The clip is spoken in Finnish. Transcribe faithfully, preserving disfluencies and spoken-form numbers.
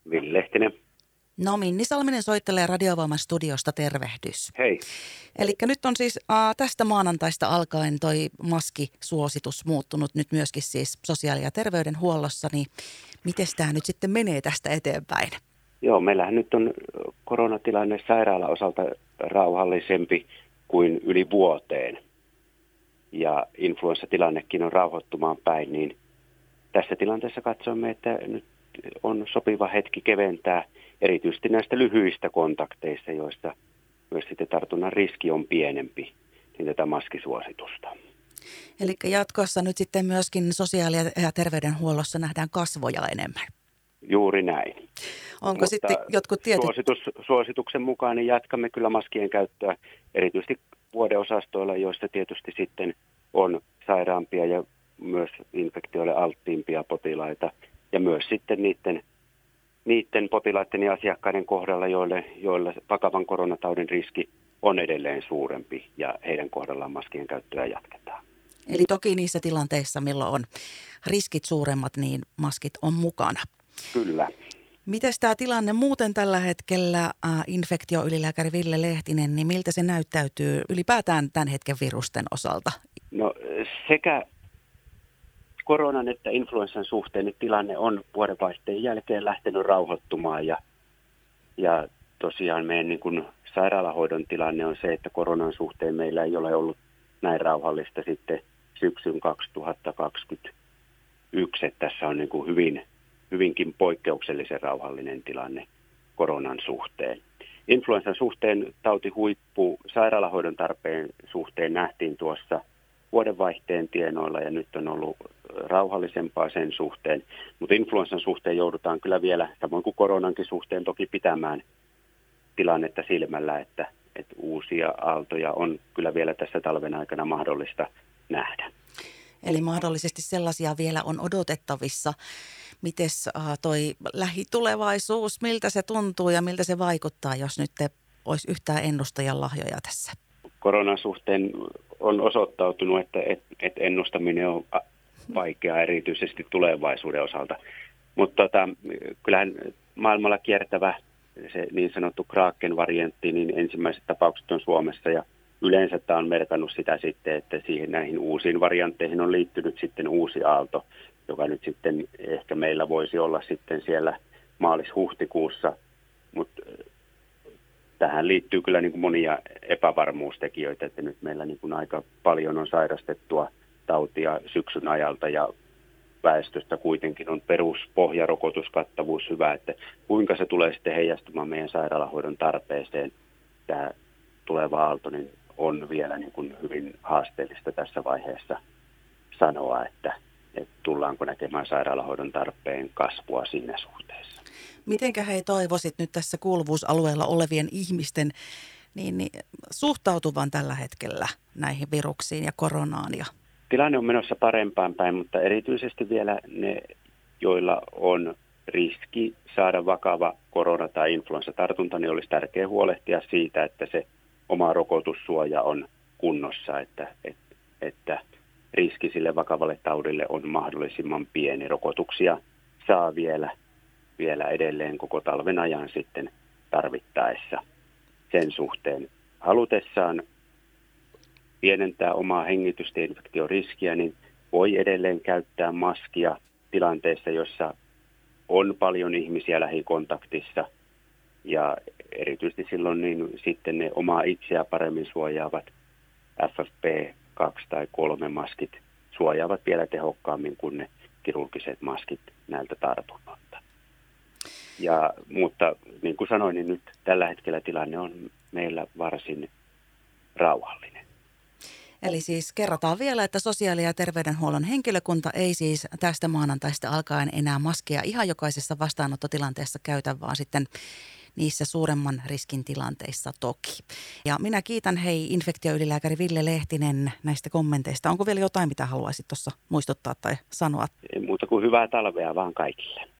Ville Lehtinen. No Minni Salminen soittelee Radiovoiman studiosta, tervehdys. Hei. Eli nyt on siis äh, tästä maanantaista alkaen toi maskisuositus muuttunut nyt myöskin siis sosiaali- ja terveydenhuollossa, niin miten tämä nyt sitten menee tästä eteenpäin? Joo, meillähän nyt on koronatilanne sairaalan osalta rauhallisempi kuin yli vuoteen. Ja influenssatilannekin on rauhoittumaan päin, niin tässä tilanteessa katsomme, että nyt on sopiva hetki keventää erityisesti näistä lyhyistä kontakteista, joista myös sitten tartunnan riski on pienempi, niin tätä maskisuositusta. Eli jatkossa nyt sitten myöskin sosiaali- ja terveydenhuollossa nähdään kasvoja enemmän. Juuri näin. Onko Mutta sitten jotkut tietyt... Suositus, suosituksen mukaan niin jatkamme kyllä maskien käyttöä erityisesti vuodeosastoilla, joissa tietysti sitten on sairaampia ja myös infektioille alttiimpia potilaita. Ja myös sitten niiden, niiden potilaiden ja asiakkaiden kohdalla, joille, joille vakavan koronataudin riski on edelleen suurempi ja heidän kohdallaan maskien käyttöä jatketaan. Eli toki niissä tilanteissa, milloin on riskit suuremmat, niin maskit on mukana. Kyllä. Miten tämä tilanne muuten tällä hetkellä, äh, infektioylilääkäri Ville Lehtinen, niin miltä se näyttäytyy ylipäätään tämän hetken virusten osalta? No sekä koronan että influenssan suhteen niin tilanne on vuodenvaihteen jälkeen lähtenyt rauhoittumaan ja, ja tosiaan meidän niin kuin sairaalahoidon tilanne on se, että koronan suhteen meillä ei ole ollut näin rauhallista sitten syksyn kaksituhattakaksikymmentäyksi, että tässä on niin kuin hyvin, hyvinkin poikkeuksellisen rauhallinen tilanne koronan suhteen. Influenssan suhteen tautihuippu sairaalahoidon tarpeen suhteen nähtiin tuossa vuodenvaihteen tienoilla ja nyt on ollut rauhallisempaa sen suhteen, mutta influenssan suhteen joudutaan kyllä vielä, samoin kuin koronankin suhteen, toki pitämään tilannetta silmällä, että, että uusia aaltoja on kyllä vielä tässä talven aikana mahdollista nähdä. Eli mahdollisesti sellaisia vielä on odotettavissa. Mites äh, toi lähitulevaisuus, miltä se tuntuu ja miltä se vaikuttaa, jos nyt te olisi yhtään ennustajan lahjoja tässä? Koronan suhteen on osoittautunut, että, että, että ennustaminen on vaikeaa erityisesti tulevaisuuden osalta. Mutta tota, kyllähän maailmalla kiertävä se niin sanottu Kraken-variantti, niin ensimmäiset tapaukset on Suomessa ja yleensä tämä on merkannut sitä sitten, että siihen näihin uusiin variantteihin on liittynyt sitten uusi aalto, joka nyt sitten ehkä meillä voisi olla sitten siellä maalis-huhtikuussa, mutta tähän liittyy kyllä niin kuin monia epävarmuustekijöitä, että nyt meillä niin kuin aika paljon on sairastettua tautia syksyn ajalta ja väestöstä kuitenkin on peruspohjarokotuskattavuus hyvä, että kuinka se tulee sitten heijastumaan meidän sairaalahoidon tarpeeseen tämä tuleva aalto, niin on vielä niin kuin hyvin haasteellista tässä vaiheessa sanoa, että, että tullaanko näkemään sairaalahoidon tarpeen kasvua siinä suhteessa. Mitenkä hei toivoisit nyt tässä kuuluvuusalueella olevien ihmisten niin, niin, suhtautuvan tällä hetkellä näihin viruksiin ja koronaan? Ja... Tilanne on menossa parempaan päin, mutta erityisesti vielä ne, joilla on riski saada vakava korona- tai influenssatartunta, niin olisi tärkeää huolehtia siitä, että se oma rokotussuoja on kunnossa, että, että, että riski sille vakavalle taudille on mahdollisimman pieni. Rokotuksia saa vielä, vielä edelleen koko talven ajan sitten tarvittaessa sen suhteen. Halutessaan pienentää omaa hengitystä ja infektioriskiä, niin voi edelleen käyttää maskia tilanteessa, jossa on paljon ihmisiä lähikontaktissa. Ja erityisesti silloin niin sitten ne omaa itseä paremmin suojaavat F F P kaksi tai kolme maskit suojaavat vielä tehokkaammin kuin ne kirurgiset maskit näiltä tartunnoilta. Ja, mutta niin kuin sanoin, niin nyt tällä hetkellä tilanne on meillä varsin rauhallinen. Eli siis kerrotaan vielä, että sosiaali- ja terveydenhuollon henkilökunta ei siis tästä maanantaista alkaen enää maskia ihan jokaisessa vastaanottotilanteessa käytä, vaan sitten niissä suuremman riskin tilanteissa toki. Ja minä kiitän hei infektioylilääkäri Ville Lehtinen näistä kommenteista. Onko vielä jotain, mitä haluaisit tuossa muistuttaa tai sanoa? Ei muuta kuin hyvää talvea vaan kaikille.